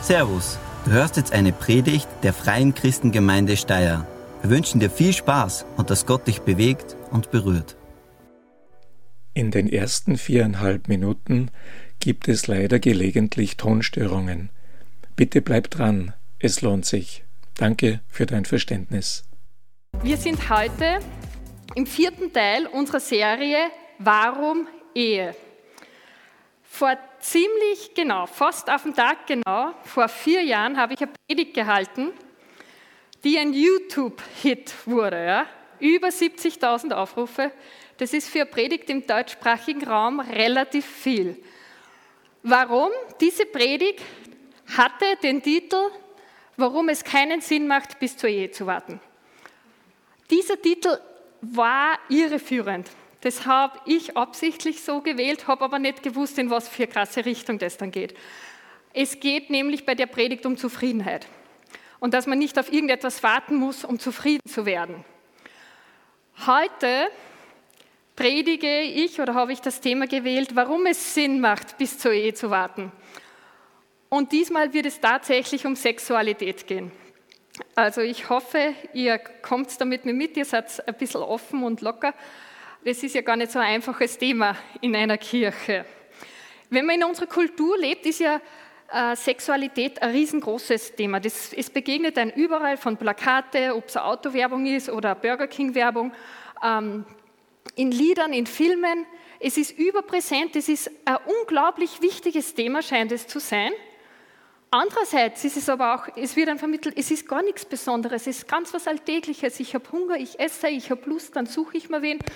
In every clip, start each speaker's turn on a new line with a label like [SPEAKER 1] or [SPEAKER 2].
[SPEAKER 1] Servus, du hörst jetzt eine Predigt der Freien Christengemeinde Steyr. Wir wünschen dir viel Spaß und dass Gott dich bewegt und berührt.
[SPEAKER 2] In den ersten 4,5 Minuten gibt es leider gelegentlich Tonstörungen. Bitte bleib dran, es lohnt sich. Danke für dein Verständnis.
[SPEAKER 3] Wir sind heute im 4. Teil unserer Serie Warum Ehe? Vor ziemlich genau, fast auf den Tag genau, vor 4 Jahren habe ich eine Predigt gehalten, die ein YouTube-Hit wurde. Ja? Über 70.000 Aufrufe. Das ist für eine Predigt im deutschsprachigen Raum relativ viel. Warum? Diese Predigt hatte den Titel, warum es keinen Sinn macht, bis zur Ehe zu warten. Dieser Titel war irreführend. Das habe ich absichtlich so gewählt, habe aber nicht gewusst, in was für eine krasse Richtung das dann geht. Es geht nämlich bei der Predigt um Zufriedenheit und dass man nicht auf irgendetwas warten muss, um zufrieden zu werden. Heute predige ich oder habe ich das Thema gewählt, warum es Sinn macht, bis zur Ehe zu warten. Und diesmal wird es tatsächlich um Sexualität gehen. Also ich hoffe, ihr kommt damit mir mit, ihr seid ein bisschen offen und locker. Das ist ja gar nicht so ein einfaches Thema in einer Kirche. Wenn man in unserer Kultur lebt, ist ja Sexualität ein riesengroßes Thema. Es begegnet einem überall, von Plakate, ob es eine Autowerbung ist oder eine Burger King-Werbung, in Liedern, in Filmen. Es ist überpräsent, es ist ein unglaublich wichtiges Thema, scheint es zu sein. Andererseits ist es aber auch, es wird dann vermittelt, es ist gar nichts Besonderes, es ist ganz was Alltägliches. Ich habe Hunger, ich esse, ich habe Lust, dann suche ich mir wen.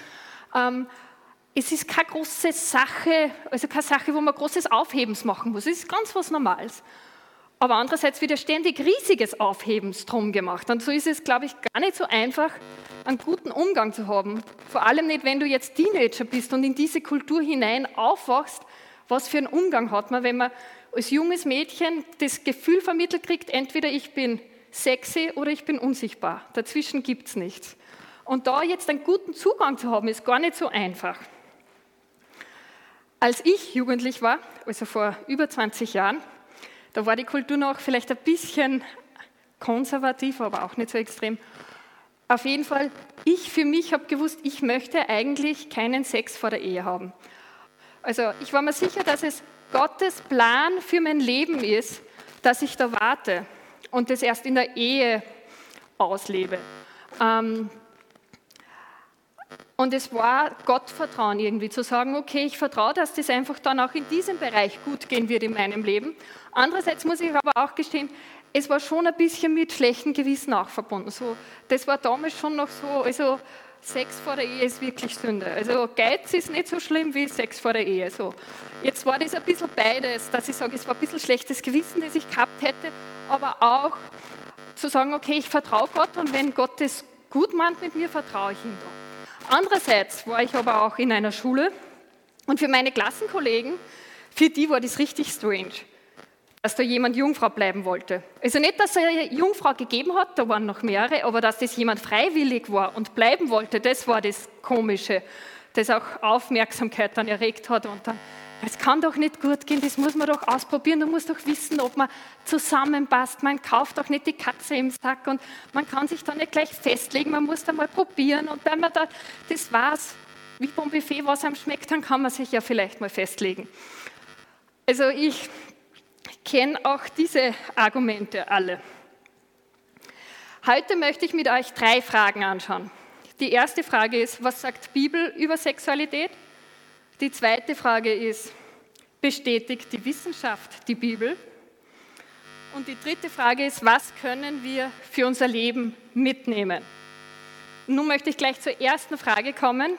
[SPEAKER 3] Es ist keine große Sache, also keine Sache, wo man großes Aufhebens machen muss. Es ist ganz was Normales. Aber andererseits wird ja ständig riesiges Aufhebens drum gemacht. Und so ist es, glaube ich, gar nicht so einfach, einen guten Umgang zu haben. Vor allem nicht, wenn du jetzt Teenager bist und in diese Kultur hinein aufwachst. Was für einen Umgang hat man, wenn man als junges Mädchen das Gefühl vermittelt kriegt, entweder ich bin sexy oder ich bin unsichtbar. Dazwischen gibt es nichts. Und da jetzt einen guten Zugang zu haben, ist gar nicht so einfach. Als ich jugendlich war, also vor über 20 Jahren, da war die Kultur noch vielleicht ein bisschen konservativ, aber auch nicht so extrem. Auf jeden Fall, ich für mich habe gewusst, ich möchte eigentlich keinen Sex vor der Ehe haben. Also ich war mir sicher, dass es Gottes Plan für mein Leben ist, dass ich da warte und das erst in der Ehe auslebe. Und es war Gottvertrauen irgendwie, zu sagen, okay, ich vertraue, dass das einfach dann auch in diesem Bereich gut gehen wird in meinem Leben. Andererseits muss ich aber auch gestehen, es war schon ein bisschen mit schlechtem Gewissen auch verbunden. So, das war damals schon noch so, also Sex vor der Ehe ist wirklich Sünde. Also Geiz ist nicht so schlimm wie Sex vor der Ehe. So. Jetzt war das ein bisschen beides, dass ich sage, es war ein bisschen schlechtes Gewissen, das ich gehabt hätte, aber auch zu sagen, okay, ich vertraue Gott und wenn Gott das gut meint mit mir, vertraue ich ihm da. Andererseits war ich aber auch in einer Schule und für meine Klassenkollegen, für die war das richtig strange, dass da jemand Jungfrau bleiben wollte. Also nicht, dass es eine Jungfrau gegeben hat, da waren noch mehrere, aber dass das jemand freiwillig war und bleiben wollte, das war das Komische, das auch Aufmerksamkeit dann erregt hat und dann, es kann doch nicht gut gehen, das muss man doch ausprobieren, du musst doch wissen, ob man zusammenpasst, man kauft doch nicht die Katze im Sack und man kann sich da nicht gleich festlegen, man muss da mal probieren und wenn man da, das war's, wie beim Buffet, was einem schmeckt, dann kann man sich ja vielleicht mal festlegen. Also ich kenne auch diese Argumente alle. Heute möchte ich mit euch 3 Fragen anschauen. Die erste Frage ist, was sagt die Bibel über Sexualität? Die zweite Frage ist, bestätigt die Wissenschaft die Bibel? Und die dritte Frage ist, was können wir für unser Leben mitnehmen? Nun möchte ich gleich zur ersten Frage kommen.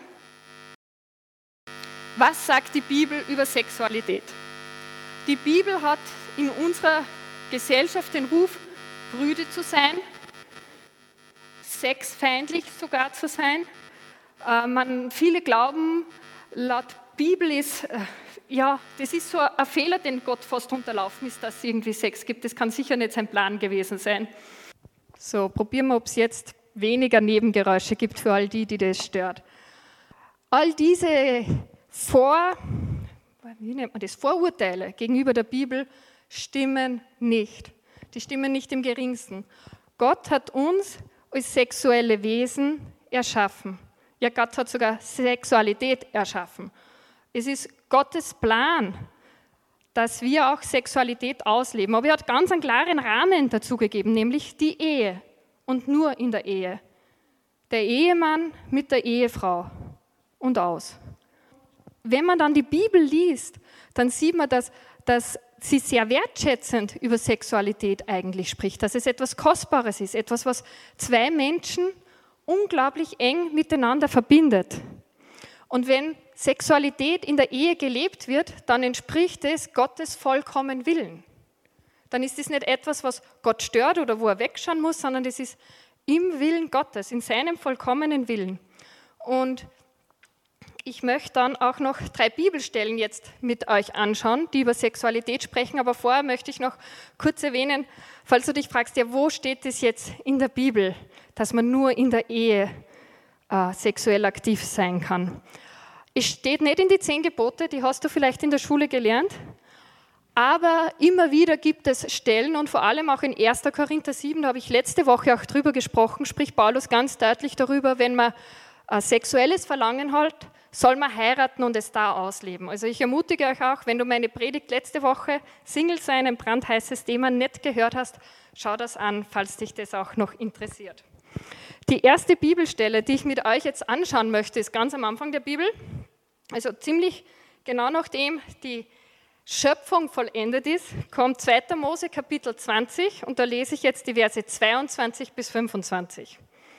[SPEAKER 3] Was sagt die Bibel über Sexualität? Die Bibel hat in unserer Gesellschaft den Ruf, prüde zu sein, sexfeindlich sogar zu sein. Viele glauben, laut Bibel ist, das ist so ein Fehler, den Gott fast unterlaufen ist, dass es irgendwie Sex gibt. Das kann sicher nicht sein Plan gewesen sein. So, probieren wir, ob es jetzt weniger Nebengeräusche gibt für all die, die das stört. All diese Vorurteile gegenüber der Bibel stimmen nicht. Die stimmen nicht im geringsten. Gott hat uns als sexuelle Wesen erschaffen. Ja, Gott hat sogar Sexualität erschaffen. Es ist Gottes Plan, dass wir auch Sexualität ausleben. Aber er hat ganz einen klaren Rahmen dazu gegeben, nämlich die Ehe und nur in der Ehe. Der Ehemann mit der Ehefrau und aus. Wenn man dann die Bibel liest, dann sieht man, dass sie sehr wertschätzend über Sexualität eigentlich spricht, dass es etwas Kostbares ist, etwas, was zwei Menschen unglaublich eng miteinander verbindet. Und wenn Sexualität in der Ehe gelebt wird, dann entspricht es Gottes vollkommenen Willen. Dann ist es nicht etwas, was Gott stört oder wo er wegschauen muss, sondern das ist im Willen Gottes, in seinem vollkommenen Willen. Und ich möchte dann auch noch 3 Bibelstellen jetzt mit euch anschauen, die über Sexualität sprechen, aber vorher möchte ich noch kurz erwähnen, falls du dich fragst, ja, wo steht es jetzt in der Bibel, dass man nur in der Ehe sexuell aktiv sein kann. Es steht nicht in die 10 Gebote, die hast du vielleicht in der Schule gelernt, aber immer wieder gibt es Stellen und vor allem auch in 1. Korinther 7, da habe ich letzte Woche auch drüber gesprochen, spricht Paulus ganz deutlich darüber, wenn man sexuelles Verlangen hat, soll man heiraten und es da ausleben. Also ich ermutige euch auch, wenn du meine Predigt letzte Woche, Single sein, ein brandheißes Thema, nicht gehört hast, schau das an, falls dich das auch noch interessiert. Die erste Bibelstelle, die ich mit euch jetzt anschauen möchte, ist ganz am Anfang der Bibel, also ziemlich genau nachdem die Schöpfung vollendet ist, kommt 2. Mose Kapitel 20 und da lese ich jetzt die Verse 22 bis 25.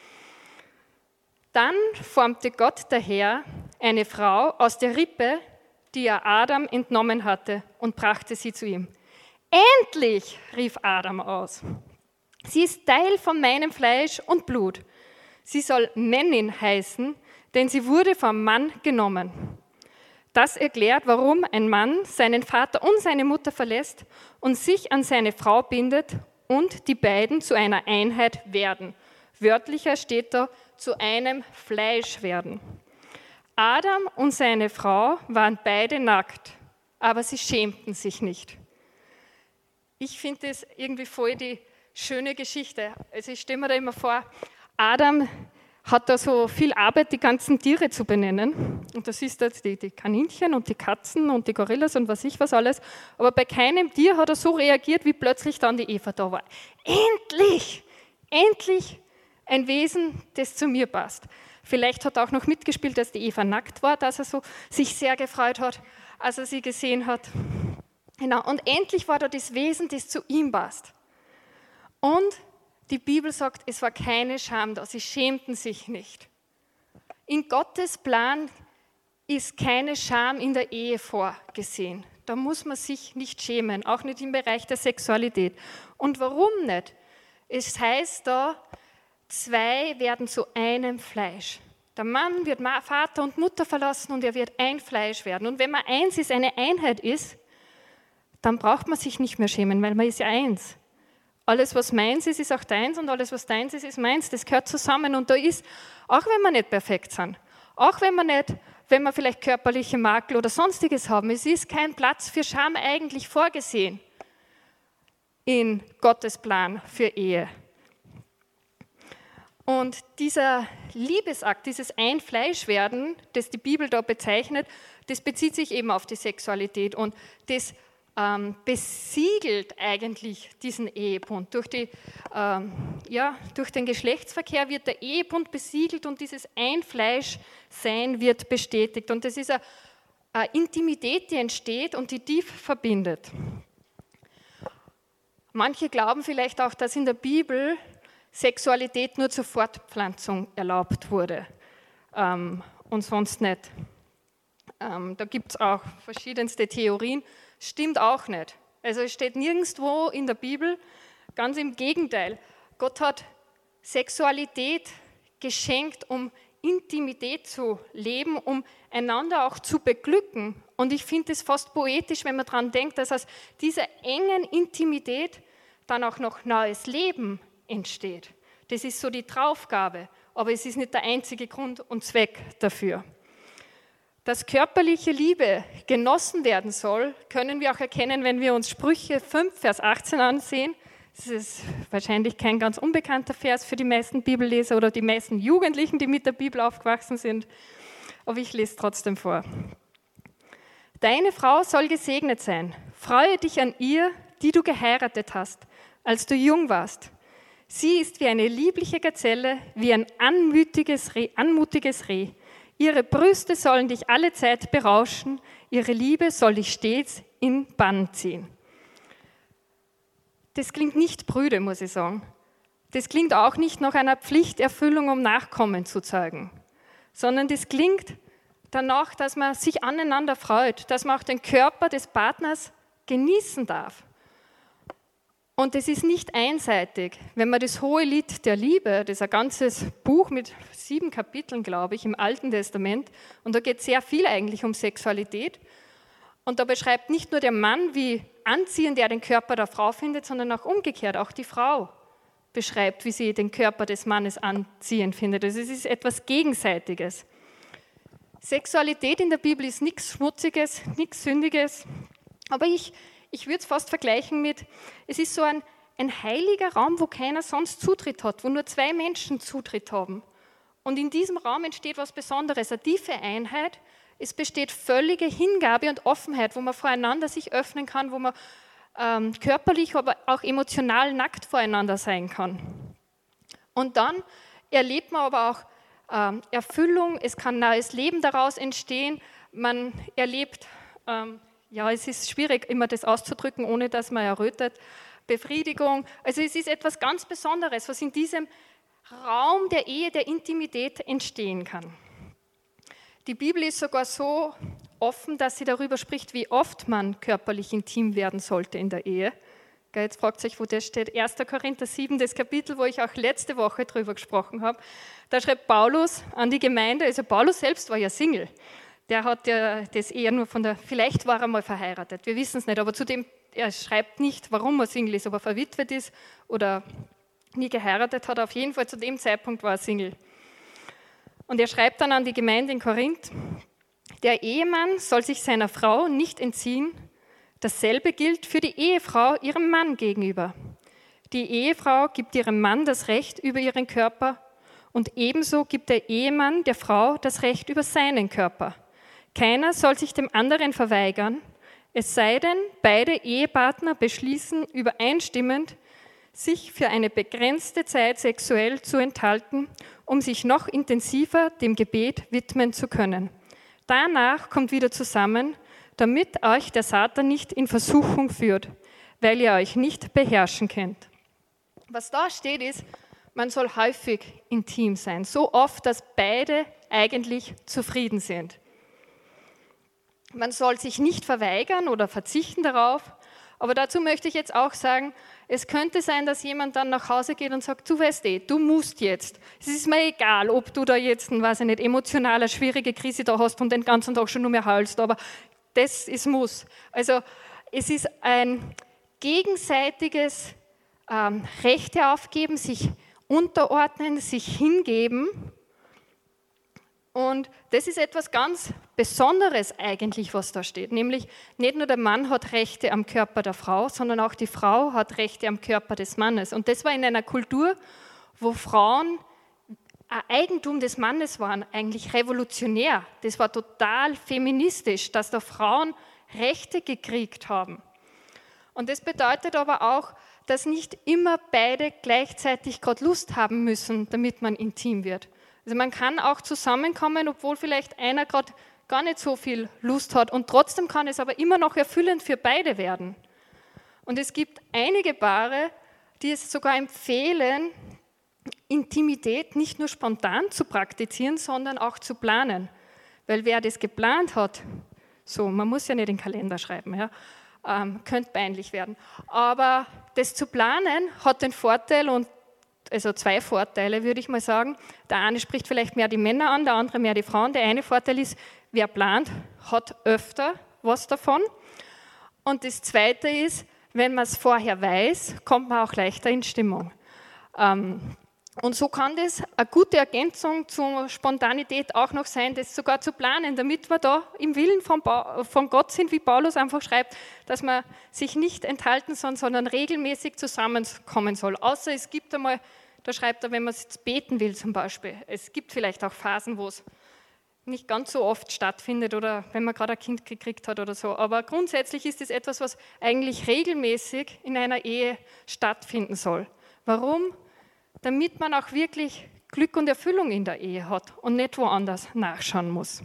[SPEAKER 3] Dann formte Gott der Herr eine Frau aus der Rippe, die er Adam entnommen hatte, und brachte sie zu ihm. Endlich, rief Adam aus. Sie ist Teil von meinem Fleisch und Blut. Sie soll Männin heißen, denn sie wurde vom Mann genommen. Das erklärt, warum ein Mann seinen Vater und seine Mutter verlässt und sich an seine Frau bindet und die beiden zu einer Einheit werden. Wörtlicher steht da, zu einem Fleisch werden. Adam und seine Frau waren beide nackt, aber sie schämten sich nicht. Ich finde das irgendwie voll die schöne Geschichte. Also ich stelle mir da immer vor, Adam hat da so viel Arbeit, die ganzen Tiere zu benennen. Und das ist jetzt die Kaninchen und die Katzen und die Gorillas und was ich was alles. Aber bei keinem Tier hat er so reagiert, wie plötzlich dann die Eva da war. Endlich! Endlich ein Wesen, das zu mir passt. Vielleicht hat er auch noch mitgespielt, dass die Eva nackt war, dass er so sich sehr gefreut hat, als er sie gesehen hat. Genau. Und endlich war da das Wesen, das zu ihm passt. Und die Bibel sagt, es war keine Scham da, sie schämten sich nicht. In Gottes Plan ist keine Scham in der Ehe vorgesehen. Da muss man sich nicht schämen, auch nicht im Bereich der Sexualität. Und warum nicht? Es heißt da, 2 werden zu einem Fleisch. Der Mann wird Vater und Mutter verlassen und er wird ein Fleisch werden. Und wenn man eins ist, eine Einheit ist, dann braucht man sich nicht mehr schämen, weil man ist ja eins. Alles, was meins ist, ist auch deins und alles, was deins ist, ist meins. Das gehört zusammen und da ist, auch wenn wir nicht perfekt sind, auch wenn wir vielleicht körperliche Makel oder Sonstiges haben, es ist kein Platz für Scham eigentlich vorgesehen in Gottes Plan für Ehe. Und dieser Liebesakt, dieses Ein-Fleisch-Werden, das die Bibel da bezeichnet, das bezieht sich eben auf die Sexualität und das besiegelt eigentlich diesen Ehebund. Durch den Geschlechtsverkehr wird der Ehebund besiegelt und dieses Ein-Fleisch-Sein wird bestätigt. Und das ist eine Intimität, die entsteht und die tief verbindet. Manche glauben vielleicht auch, dass in der Bibel Sexualität nur zur Fortpflanzung erlaubt wurde und sonst nicht. Da gibt es auch verschiedenste Theorien. Stimmt auch nicht. Also es steht nirgendwo in der Bibel, ganz im Gegenteil. Gott hat Sexualität geschenkt, um Intimität zu leben, um einander auch zu beglücken. Und ich finde es fast poetisch, wenn man daran denkt, dass aus dieser engen Intimität dann auch noch neues Leben entsteht. Das ist so die Draufgabe, aber es ist nicht der einzige Grund und Zweck dafür. Dass körperliche Liebe genossen werden soll, können wir auch erkennen, wenn wir uns Sprüche 5, Vers 18 ansehen. Das ist wahrscheinlich kein ganz unbekannter Vers für die meisten Bibelleser oder die meisten Jugendlichen, die mit der Bibel aufgewachsen sind. Aber ich lese trotzdem vor. Deine Frau soll gesegnet sein. Freue dich an ihr, die du geheiratet hast, als du jung warst. Sie ist wie eine liebliche Gazelle, wie ein anmutiges Reh. Ihre Brüste sollen dich alle Zeit berauschen, ihre Liebe soll dich stets in Bann ziehen. Das klingt nicht prüde, muss ich sagen. Das klingt auch nicht nach einer Pflichterfüllung, um Nachkommen zu zeugen, sondern das klingt danach, dass man sich aneinander freut, dass man auch den Körper des Partners genießen darf. Und es ist nicht einseitig. Wenn man das hohe Lied der Liebe, das ist ein ganzes Buch mit 7 Kapiteln, glaube ich, im Alten Testament, und da geht sehr viel eigentlich um Sexualität. Und da beschreibt nicht nur der Mann, wie anziehend er den Körper der Frau findet, sondern auch umgekehrt. Auch die Frau beschreibt, wie sie den Körper des Mannes anziehend findet. Also es ist etwas Gegenseitiges. Sexualität in der Bibel ist nichts Schmutziges, nichts Sündiges, aber ich würde es fast vergleichen mit, es ist so ein heiliger Raum, wo keiner sonst Zutritt hat, wo nur 2 Menschen Zutritt haben. Und in diesem Raum entsteht was Besonderes, eine tiefe Einheit. Es besteht völlige Hingabe und Offenheit, wo man voreinander sich öffnen kann, wo man körperlich, aber auch emotional nackt voreinander sein kann. Und dann erlebt man aber auch Erfüllung, es kann neues Leben daraus entstehen, man erlebt, es ist schwierig, immer das auszudrücken, ohne dass man errötet, Befriedigung, also es ist etwas ganz Besonderes, was in diesem Raum der Ehe, der Intimität entstehen kann. Die Bibel ist sogar so offen, dass sie darüber spricht, wie oft man körperlich intim werden sollte in der Ehe. Jetzt fragt euch, wo das steht. 1. Korinther 7, das Kapitel, wo ich auch letzte Woche drüber gesprochen habe. Da schreibt Paulus an die Gemeinde, also Paulus selbst war ja Single. Der hat ja das eher nur vielleicht war er mal verheiratet, wir wissen es nicht, aber zudem, er schreibt nicht, warum er Single ist, ob er verwitwet ist oder nie geheiratet hat. Auf jeden Fall zu dem Zeitpunkt war er Single. Und er schreibt dann an die Gemeinde in Korinth, der Ehemann soll sich seiner Frau nicht entziehen. Dasselbe gilt für die Ehefrau ihrem Mann gegenüber. Die Ehefrau gibt ihrem Mann das Recht über ihren Körper und ebenso gibt der Ehemann der Frau das Recht über seinen Körper. Keiner soll sich dem anderen verweigern, es sei denn, beide Ehepartner beschließen übereinstimmend, sich für eine begrenzte Zeit sexuell zu enthalten, um sich noch intensiver dem Gebet widmen zu können. Danach kommt wieder zusammen, damit euch der Satan nicht in Versuchung führt, weil ihr euch nicht beherrschen könnt. Was da steht ist, man soll häufig intim sein, so oft, dass beide eigentlich zufrieden sind. Man soll sich nicht verweigern oder verzichten darauf, aber dazu möchte ich jetzt auch sagen, es könnte sein, dass jemand dann nach Hause geht und sagt, du weißt du musst jetzt. Es ist mir egal, ob du da jetzt, emotionale, schwierige Krise da hast und den ganzen Tag schon nur mehr heulst, aber das ist Muss. Also es ist ein gegenseitiges Rechte aufgeben, sich unterordnen, sich hingeben. Und das ist etwas ganz Besonderes eigentlich, was da steht. Nämlich nicht nur der Mann hat Rechte am Körper der Frau, sondern auch die Frau hat Rechte am Körper des Mannes. Und das war in einer Kultur, wo Frauen ein Eigentum des Mannes waren, eigentlich revolutionär. Das war total feministisch, dass da Frauen Rechte gekriegt haben. Und das bedeutet aber auch, dass nicht immer beide gleichzeitig gerade Lust haben müssen, damit man intim wird. Also man kann auch zusammenkommen, obwohl vielleicht einer gerade gar nicht so viel Lust hat und trotzdem kann es aber immer noch erfüllend für beide werden. Und es gibt einige Paare, die es sogar empfehlen, Intimität nicht nur spontan zu praktizieren, sondern auch zu planen. Weil wer das geplant hat, so, man muss ja nicht den Kalender schreiben, ja, könnte peinlich werden. Aber das zu planen hat den Vorteil, also 2 Vorteile, würde ich mal sagen. Der eine spricht vielleicht mehr die Männer an, der andere mehr die Frauen. Der eine Vorteil ist, wer plant, hat öfter was davon. Und das Zweite ist, wenn man es vorher weiß, kommt man auch leichter in Stimmung. Und so kann das eine gute Ergänzung zur Spontanität auch noch sein, das sogar zu planen, damit wir da im Willen von Gott sind, wie Paulus einfach schreibt, dass man sich nicht enthalten soll, sondern regelmäßig zusammenkommen soll. Außer es gibt einmal, da schreibt er, wenn man jetzt beten will zum Beispiel. Es gibt vielleicht auch Phasen, wo es nicht ganz so oft stattfindet oder wenn man gerade ein Kind gekriegt hat oder so. Aber grundsätzlich ist es etwas, was eigentlich regelmäßig in einer Ehe stattfinden soll. Warum? Damit man auch wirklich Glück und Erfüllung in der Ehe hat und nicht woanders nachschauen muss.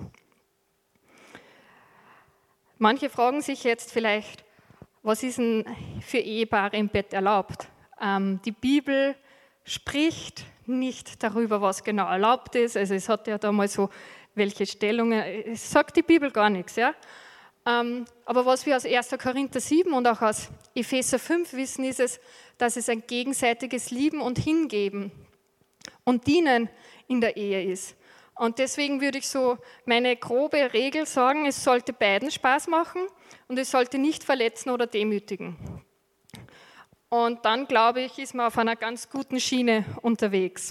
[SPEAKER 3] Manche fragen sich jetzt vielleicht, was ist denn für Ehepaare im Bett erlaubt? Die Bibel spricht nicht darüber, was genau erlaubt ist. Also es hat ja da mal so welche Stellungen, es sagt die Bibel gar nichts. Ja? Aber was wir aus 1. Korinther 7 und auch aus Epheser 5 wissen, ist es, dass es ein gegenseitiges Lieben und Hingeben und Dienen in der Ehe ist. Und deswegen würde ich so meine grobe Regel sagen, es sollte beiden Spaß machen und es sollte nicht verletzen oder demütigen. Und dann, glaube ich, ist man auf einer ganz guten Schiene unterwegs.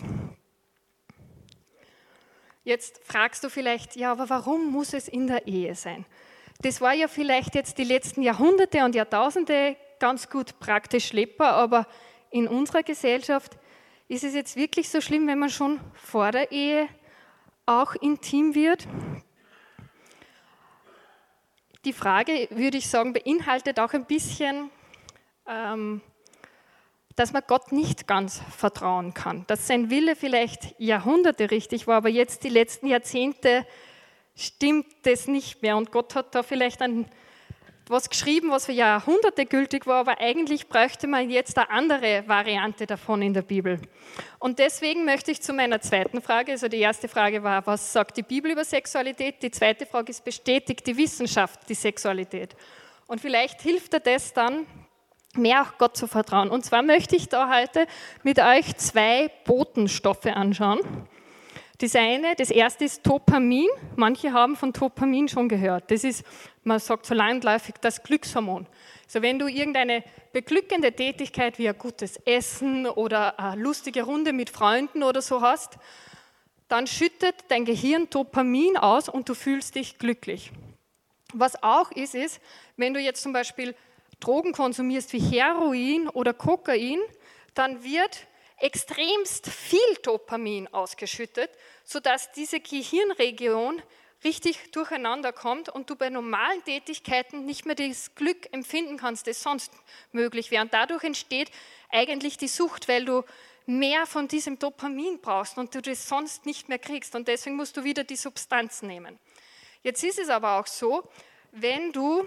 [SPEAKER 3] Jetzt fragst du vielleicht, ja, aber warum muss es in der Ehe sein? Das war ja vielleicht jetzt die letzten Jahrhunderte und Jahrtausende ganz gut praktisch lebbar, aber in unserer Gesellschaft ist es jetzt wirklich so schlimm, wenn man schon vor der Ehe auch intim wird? Die Frage, würde ich sagen, beinhaltet auch ein bisschen, dass man Gott nicht ganz vertrauen kann. Dass sein Wille vielleicht Jahrhunderte richtig war, aber jetzt die letzten Jahrzehnte stimmt das nicht mehr. Und Gott hat da vielleicht was geschrieben, was für Jahrhunderte gültig war, aber eigentlich bräuchte man jetzt eine andere Variante davon in der Bibel. Und deswegen möchte ich zu meiner zweiten Frage, also die erste Frage war, was sagt die Bibel über Sexualität? Die zweite Frage ist, bestätigt die Wissenschaft die Sexualität? Und vielleicht hilft dir das dann, mehr auch Gott zu vertrauen. Und zwar möchte ich da heute mit euch 2 Botenstoffe anschauen. Das erste ist Dopamin. Manche haben von Dopamin schon gehört. Das ist, man sagt so landläufig, das Glückshormon. Also wenn du irgendeine beglückende Tätigkeit wie ein gutes Essen oder eine lustige Runde mit Freunden oder so hast, dann schüttet dein Gehirn Dopamin aus und du fühlst dich glücklich. Was auch ist, wenn du jetzt zum Beispiel Drogen konsumierst wie Heroin oder Kokain, dann wird extremst viel Dopamin ausgeschüttet, sodass diese Gehirnregion richtig durcheinander kommt und du bei normalen Tätigkeiten nicht mehr das Glück empfinden kannst, das sonst möglich wäre. Und dadurch entsteht eigentlich die Sucht, weil du mehr von diesem Dopamin brauchst und du das sonst nicht mehr kriegst. Und deswegen musst du wieder die Substanz nehmen. Jetzt ist es aber auch so, wenn du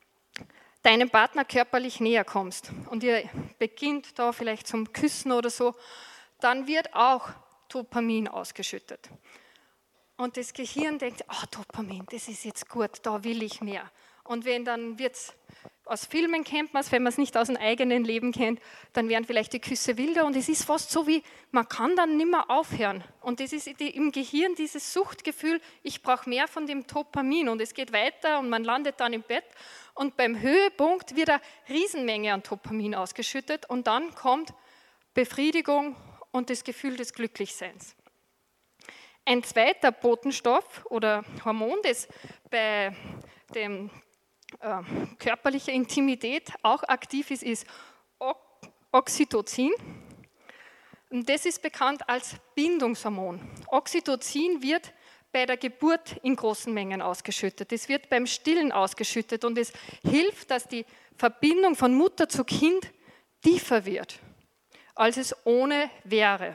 [SPEAKER 3] deinem Partner körperlich näher kommst und ihr beginnt da vielleicht zum Küssen oder so, dann wird auch Dopamin ausgeschüttet. Und das Gehirn denkt, Dopamin, das ist jetzt gut, da will ich mehr. Und wenn dann wird es, aus Filmen kennt man es, wenn man es nicht aus dem eigenen Leben kennt, dann werden vielleicht die Küsse wilder und es ist fast so wie, man kann dann nicht mehr aufhören. Und das ist im Gehirn dieses Suchtgefühl, ich brauche mehr von dem Dopamin und es geht weiter und man landet dann im Bett und beim Höhepunkt wird eine Riesenmenge an Dopamin ausgeschüttet und dann kommt Befriedigung und das Gefühl des Glücklichseins. Ein zweiter Botenstoff oder Hormon, das bei der körperlichen Intimität auch aktiv ist, ist Oxytocin. Und das ist bekannt als Bindungshormon. Oxytocin wird bei der Geburt in großen Mengen ausgeschüttet. Es wird beim Stillen ausgeschüttet und es hilft, dass die Verbindung von Mutter zu Kind tiefer wird, als es ohne wäre.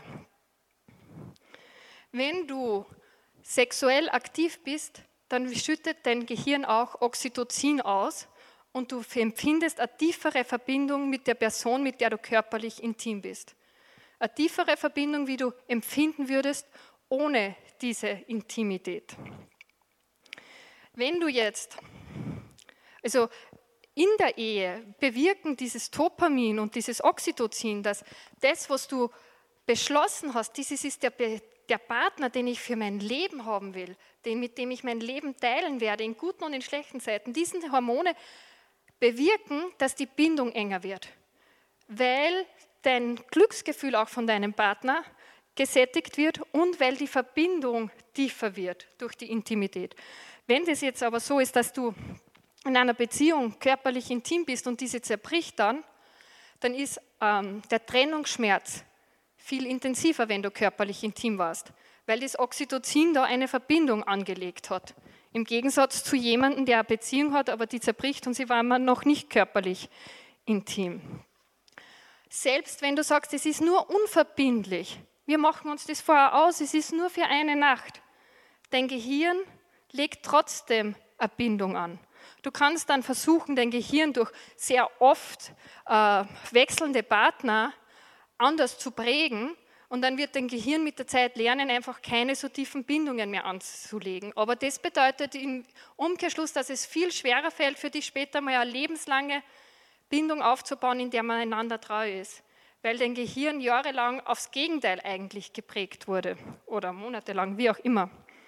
[SPEAKER 3] Wenn du sexuell aktiv bist, dann schüttet dein Gehirn auch Oxytocin aus und du empfindest eine tiefere Verbindung mit der Person, mit der du körperlich intim bist. Eine tiefere Verbindung, wie du empfinden würdest, ohne diese Intimität. Wenn du jetzt, also in der Ehe bewirken dieses Dopamin und dieses Oxytocin, dass das, was du beschlossen hast, dieses ist der Partner, den ich für mein Leben haben will, mit dem ich mein Leben teilen werde, in guten und in schlechten Zeiten, diese Hormone bewirken, dass die Bindung enger wird, weil dein Glücksgefühl auch von deinem Partner gesättigt wird und weil die Verbindung tiefer wird durch die Intimität. Wenn das jetzt aber so ist, dass du in einer Beziehung körperlich intim bist und diese zerbricht dann ist der Trennungsschmerz viel intensiver, wenn du körperlich intim warst, weil das Oxytocin da eine Verbindung angelegt hat. Im Gegensatz zu jemandem, der eine Beziehung hat, aber die zerbricht und sie waren noch nicht körperlich intim. Selbst wenn du sagst, es ist nur unverbindlich, wir machen uns das vorher aus, es ist nur für eine Nacht, dein Gehirn legt trotzdem eine Bindung an. Du kannst dann versuchen, dein Gehirn durch sehr oft wechselnde Partner anders zu prägen und dann wird dein Gehirn mit der Zeit lernen, einfach keine so tiefen Bindungen mehr anzulegen. Aber das bedeutet im Umkehrschluss, dass es viel schwerer fällt, für dich später mal eine lebenslange Bindung aufzubauen, in der man einander treu ist. Weil dein Gehirn jahrelang aufs Gegenteil eigentlich geprägt wurde oder monatelang, wie auch immer.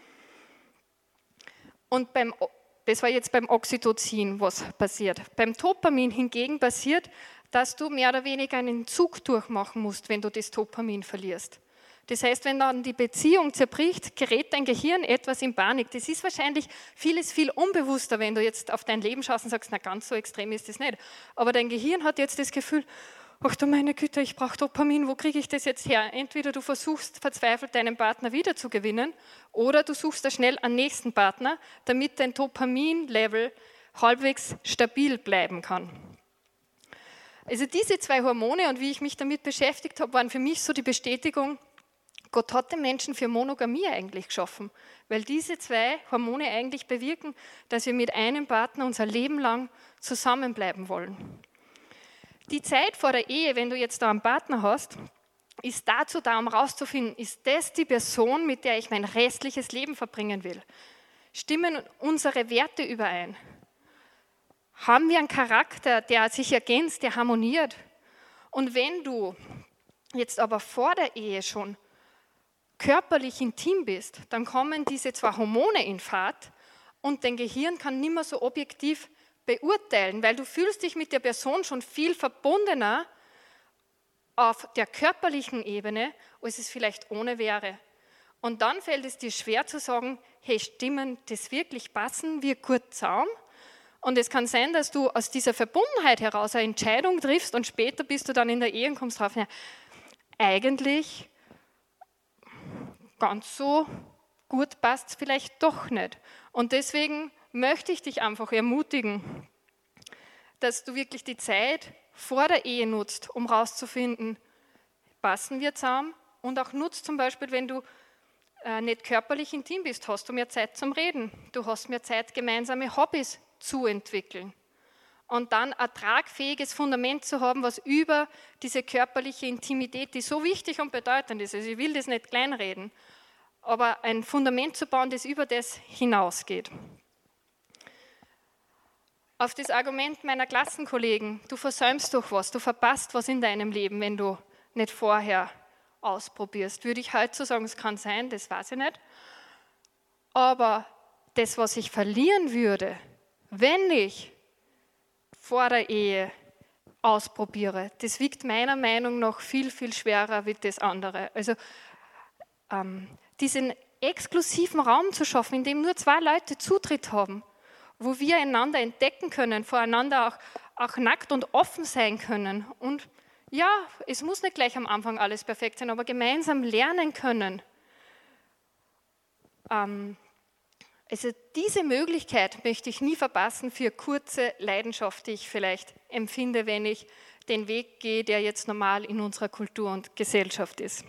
[SPEAKER 3] Und das war jetzt beim Oxytocin, was passiert. Beim Dopamin hingegen passiert, dass du mehr oder weniger einen Zug durchmachen musst, wenn du das Dopamin verlierst. Das heißt, wenn dann die Beziehung zerbricht, gerät dein Gehirn etwas in Panik. Das ist wahrscheinlich vieles viel unbewusster, wenn du jetzt auf dein Leben schaust und sagst, na ganz so extrem ist das nicht. Aber dein Gehirn hat jetzt das Gefühl, ach du meine Güte, ich brauche Dopamin, wo kriege ich das jetzt her? Entweder du versuchst verzweifelt deinen Partner wieder zu gewinnen oder du suchst da schnell einen nächsten Partner, damit dein Dopamin-Level halbwegs stabil bleiben kann. Also diese zwei Hormone und wie ich mich damit beschäftigt habe, waren für mich so die Bestätigung, Gott hat den Menschen für Monogamie eigentlich geschaffen, weil diese zwei Hormone eigentlich bewirken, dass wir mit einem Partner unser Leben lang zusammenbleiben wollen. Die Zeit vor der Ehe, wenn du jetzt da einen Partner hast, ist dazu da, um herauszufinden, ist das die Person, mit der ich mein restliches Leben verbringen will? Stimmen unsere Werte überein? Haben wir einen Charakter, der sich ergänzt, der harmoniert? Und wenn du jetzt aber vor der Ehe schon körperlich intim bist, dann kommen diese zwei Hormone in Fahrt und dein Gehirn kann nicht mehr so objektiv beurteilen, weil du fühlst dich mit der Person schon viel verbundener auf der körperlichen Ebene, als es vielleicht ohne wäre. Und dann fällt es dir schwer zu sagen, hey, stimmen das wirklich, passen wir gut zusammen? Und es kann sein, dass du aus dieser Verbundenheit heraus eine Entscheidung triffst und später bist du dann in der Ehe und kommst drauf, ja, eigentlich ganz so gut passt es vielleicht doch nicht. Und deswegen möchte ich dich einfach ermutigen, dass du wirklich die Zeit vor der Ehe nutzt, um herauszufinden, passen wir zusammen und auch nutzt zum Beispiel, wenn du nicht körperlich intim bist, hast du mehr Zeit zum Reden, du hast mehr Zeit, gemeinsame Hobbys zu entwickeln und dann ein tragfähiges Fundament zu haben, was über diese körperliche Intimität, die so wichtig und bedeutend ist, also ich will das nicht kleinreden, aber ein Fundament zu bauen, das über das hinausgeht. Auf das Argument meiner Klassenkollegen, du versäumst doch was, du verpasst was in deinem Leben, wenn du nicht vorher ausprobierst, würde ich heute so sagen, es kann sein, das weiß ich nicht, aber das, was ich verlieren würde, wenn ich vor der Ehe ausprobiere, das wiegt meiner Meinung nach viel, viel schwerer wie das andere. Also diesen exklusiven Raum zu schaffen, in dem nur zwei Leute Zutritt haben, wo wir einander entdecken können, voreinander auch nackt und offen sein können. Und ja, es muss nicht gleich am Anfang alles perfekt sein, aber gemeinsam lernen können. Also diese Möglichkeit möchte ich nie verpassen für kurze Leidenschaft, die ich vielleicht empfinde, wenn ich den Weg gehe, der jetzt normal in unserer Kultur und Gesellschaft ist.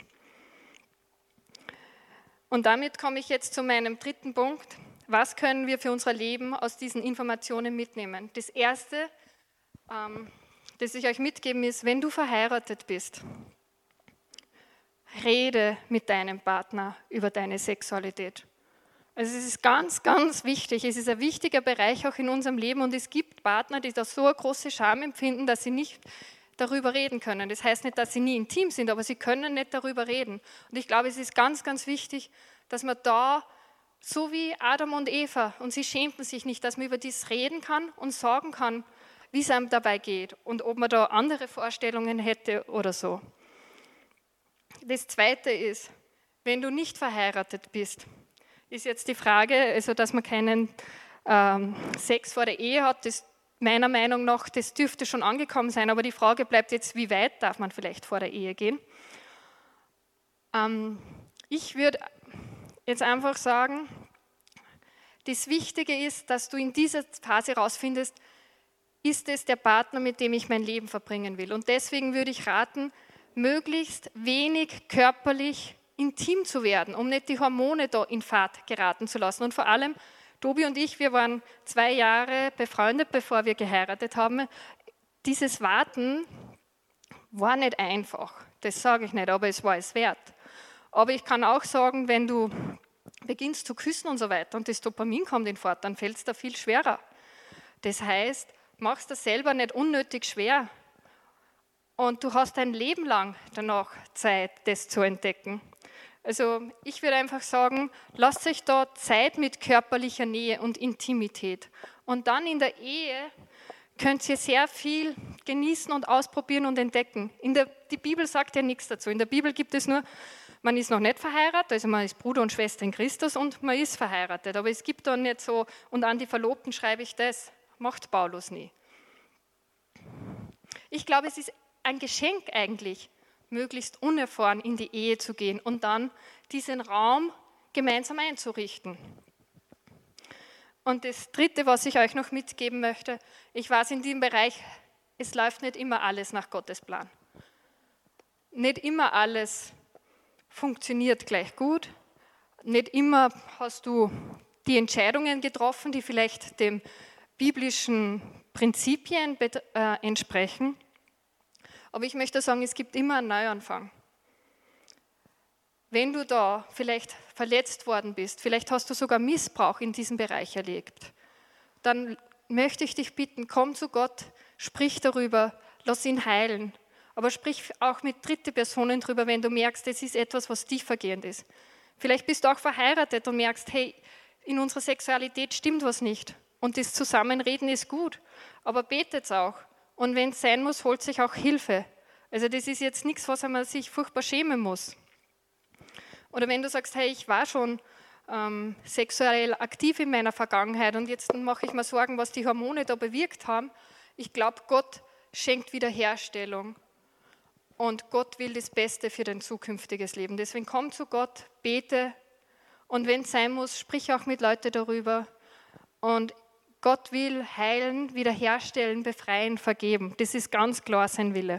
[SPEAKER 3] Und damit komme ich jetzt zu meinem dritten Punkt. Was können wir für unser Leben aus diesen Informationen mitnehmen? Das Erste, das ich euch mitgeben ist, wenn du verheiratet bist, rede mit deinem Partner über deine Sexualität. Also es ist ganz, ganz wichtig. Es ist ein wichtiger Bereich auch in unserem Leben und es gibt Partner, die da so eine große Scham empfinden, dass sie nicht darüber reden können. Das heißt nicht, dass sie nie intim sind, aber sie können nicht darüber reden. Und ich glaube, es ist ganz, ganz wichtig, dass man da, so wie Adam und Eva, und sie schämten sich nicht, dass man über dies reden kann und sagen kann, wie es einem dabei geht und ob man da andere Vorstellungen hätte oder so. Das Zweite ist, wenn du nicht verheiratet bist, ist jetzt die Frage, also dass man keinen Sex vor der Ehe hat, das meiner Meinung nach, das dürfte schon angekommen sein, aber die Frage bleibt jetzt, wie weit darf man vielleicht vor der Ehe gehen? Ich würde jetzt einfach sagen, das Wichtige ist, dass du in dieser Phase herausfindest, ist es der Partner, mit dem ich mein Leben verbringen will. Und deswegen würde ich raten, möglichst wenig körperlich intim zu werden, um nicht die Hormone da in Fahrt geraten zu lassen. Und vor allem, Tobi und ich, wir waren 2 Jahre befreundet, bevor wir geheiratet haben. Dieses Warten war nicht einfach, das sage ich nicht, aber es war es wert. Aber ich kann auch sagen, wenn du beginnst zu küssen und so weiter und das Dopamin kommt in Fahrt, dann fällt es da viel schwerer. Das heißt, machst das selber nicht unnötig schwer und du hast dein Leben lang danach Zeit, das zu entdecken. Also ich würde einfach sagen, lasst euch da Zeit mit körperlicher Nähe und Intimität. Und dann in der Ehe könnt ihr sehr viel genießen und ausprobieren und entdecken. Die Bibel sagt ja nichts dazu. In der Bibel gibt es nur, man ist noch nicht verheiratet, also man ist Bruder und Schwester in Christus und man ist verheiratet. Aber es gibt da nicht so, und an die Verlobten schreibe ich das, macht Paulus nie. Ich glaube, es ist ein Geschenk eigentlich, möglichst unerfahren in die Ehe zu gehen und dann diesen Raum gemeinsam einzurichten. Und das Dritte, was ich euch noch mitgeben möchte, ich weiß in diesem Bereich, es läuft nicht immer alles nach Gottes Plan. Nicht immer alles funktioniert gleich gut. Nicht immer hast du die Entscheidungen getroffen, die vielleicht den biblischen Prinzipien entsprechen. Aber ich möchte sagen, es gibt immer einen Neuanfang. Wenn du da vielleicht verletzt worden bist, vielleicht hast du sogar Missbrauch in diesem Bereich erlebt, dann möchte ich dich bitten, komm zu Gott, sprich darüber, lass ihn heilen. Aber sprich auch mit dritten Personen darüber, wenn du merkst, das ist etwas, was tiefergehend ist. Vielleicht bist du auch verheiratet und merkst, hey, in unserer Sexualität stimmt was nicht. Und das Zusammenreden ist gut, aber betet's auch. Und wenn es sein muss, holt sich auch Hilfe. Also das ist jetzt nichts, was man sich furchtbar schämen muss. Oder wenn du sagst, hey, ich war schon sexuell aktiv in meiner Vergangenheit und jetzt mache ich mir Sorgen, was die Hormone da bewirkt haben. Ich glaube, Gott schenkt Wiederherstellung und Gott will das Beste für dein zukünftiges Leben. Deswegen komm zu Gott, bete und wenn es sein muss, sprich auch mit Leuten darüber. Und Gott will heilen, wiederherstellen, befreien, vergeben. Das ist ganz klar sein Wille.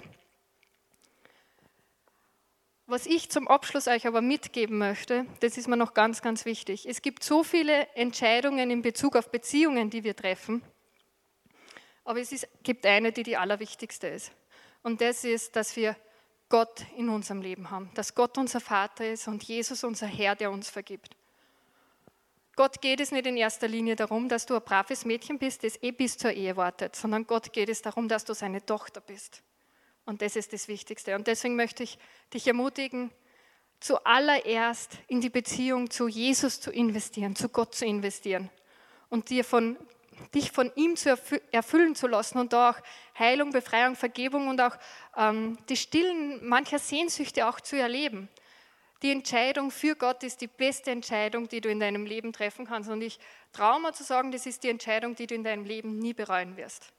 [SPEAKER 3] Was ich zum Abschluss euch aber mitgeben möchte, das ist mir noch ganz, ganz wichtig. Es gibt so viele Entscheidungen in Bezug auf Beziehungen, die wir treffen, aber gibt eine, die allerwichtigste ist. Und das ist, dass wir Gott in unserem Leben haben, dass Gott unser Vater ist und Jesus unser Herr, der uns vergibt. Gott geht es nicht in erster Linie darum, dass du ein braves Mädchen bist, das bis zur Ehe wartet, sondern Gott geht es darum, dass du seine Tochter bist. Und das ist das Wichtigste. Und deswegen möchte ich dich ermutigen, zuallererst in die Beziehung zu Jesus zu investieren, zu Gott zu investieren und dich von ihm zu erfüllen zu lassen und da auch Heilung, Befreiung, Vergebung und auch die Stillen mancher Sehnsüchte auch zu erleben. Die Entscheidung für Gott ist die beste Entscheidung, die du in deinem Leben treffen kannst. Und ich traue mir zu sagen, das ist die Entscheidung, die du in deinem Leben nie bereuen wirst.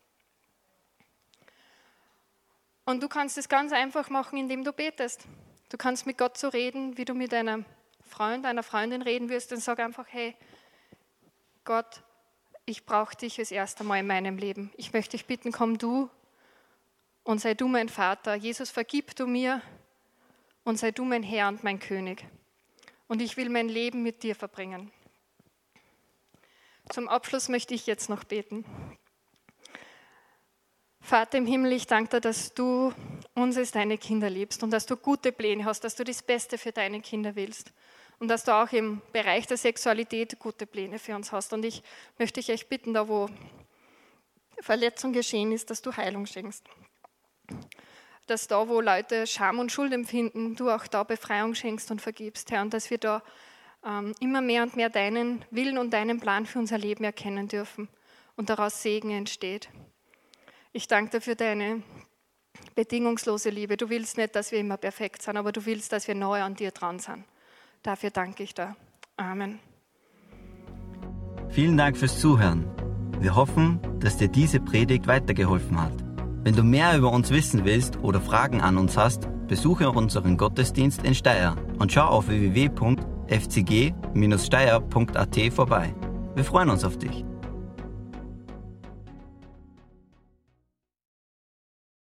[SPEAKER 3] Und du kannst es ganz einfach machen, indem du betest. Du kannst mit Gott so reden, wie du mit einem Freund, einer Freundin reden wirst und sag einfach, hey, Gott, ich brauche dich als erster Mal in meinem Leben. Ich möchte dich bitten, komm du und sei du mein Vater. Jesus, vergib du mir und sei du mein Herr und mein König. Und ich will mein Leben mit dir verbringen. Zum Abschluss möchte ich jetzt noch beten. Vater im Himmel, ich danke dir, dass du uns als deine Kinder liebst und dass du gute Pläne hast, dass du das Beste für deine Kinder willst und dass du auch im Bereich der Sexualität gute Pläne für uns hast. Und ich möchte dich echt bitten, da wo Verletzung geschehen ist, dass du Heilung schenkst. Dass da, wo Leute Scham und Schuld empfinden, du auch da Befreiung schenkst und vergibst, Herr, und dass wir da immer mehr und mehr deinen Willen und deinen Plan für unser Leben erkennen dürfen und daraus Segen entsteht. Ich danke dir für deine bedingungslose Liebe. Du willst nicht, dass wir immer perfekt sind, aber du willst, dass wir neu an dir dran sind. Dafür danke ich dir. Amen.
[SPEAKER 1] Vielen Dank fürs Zuhören. Wir hoffen, dass dir diese Predigt weitergeholfen hat. Wenn du mehr über uns wissen willst oder Fragen an uns hast, besuche unseren Gottesdienst in Steyr und schau auf www.fcg-steyr.at vorbei. Wir freuen uns auf dich.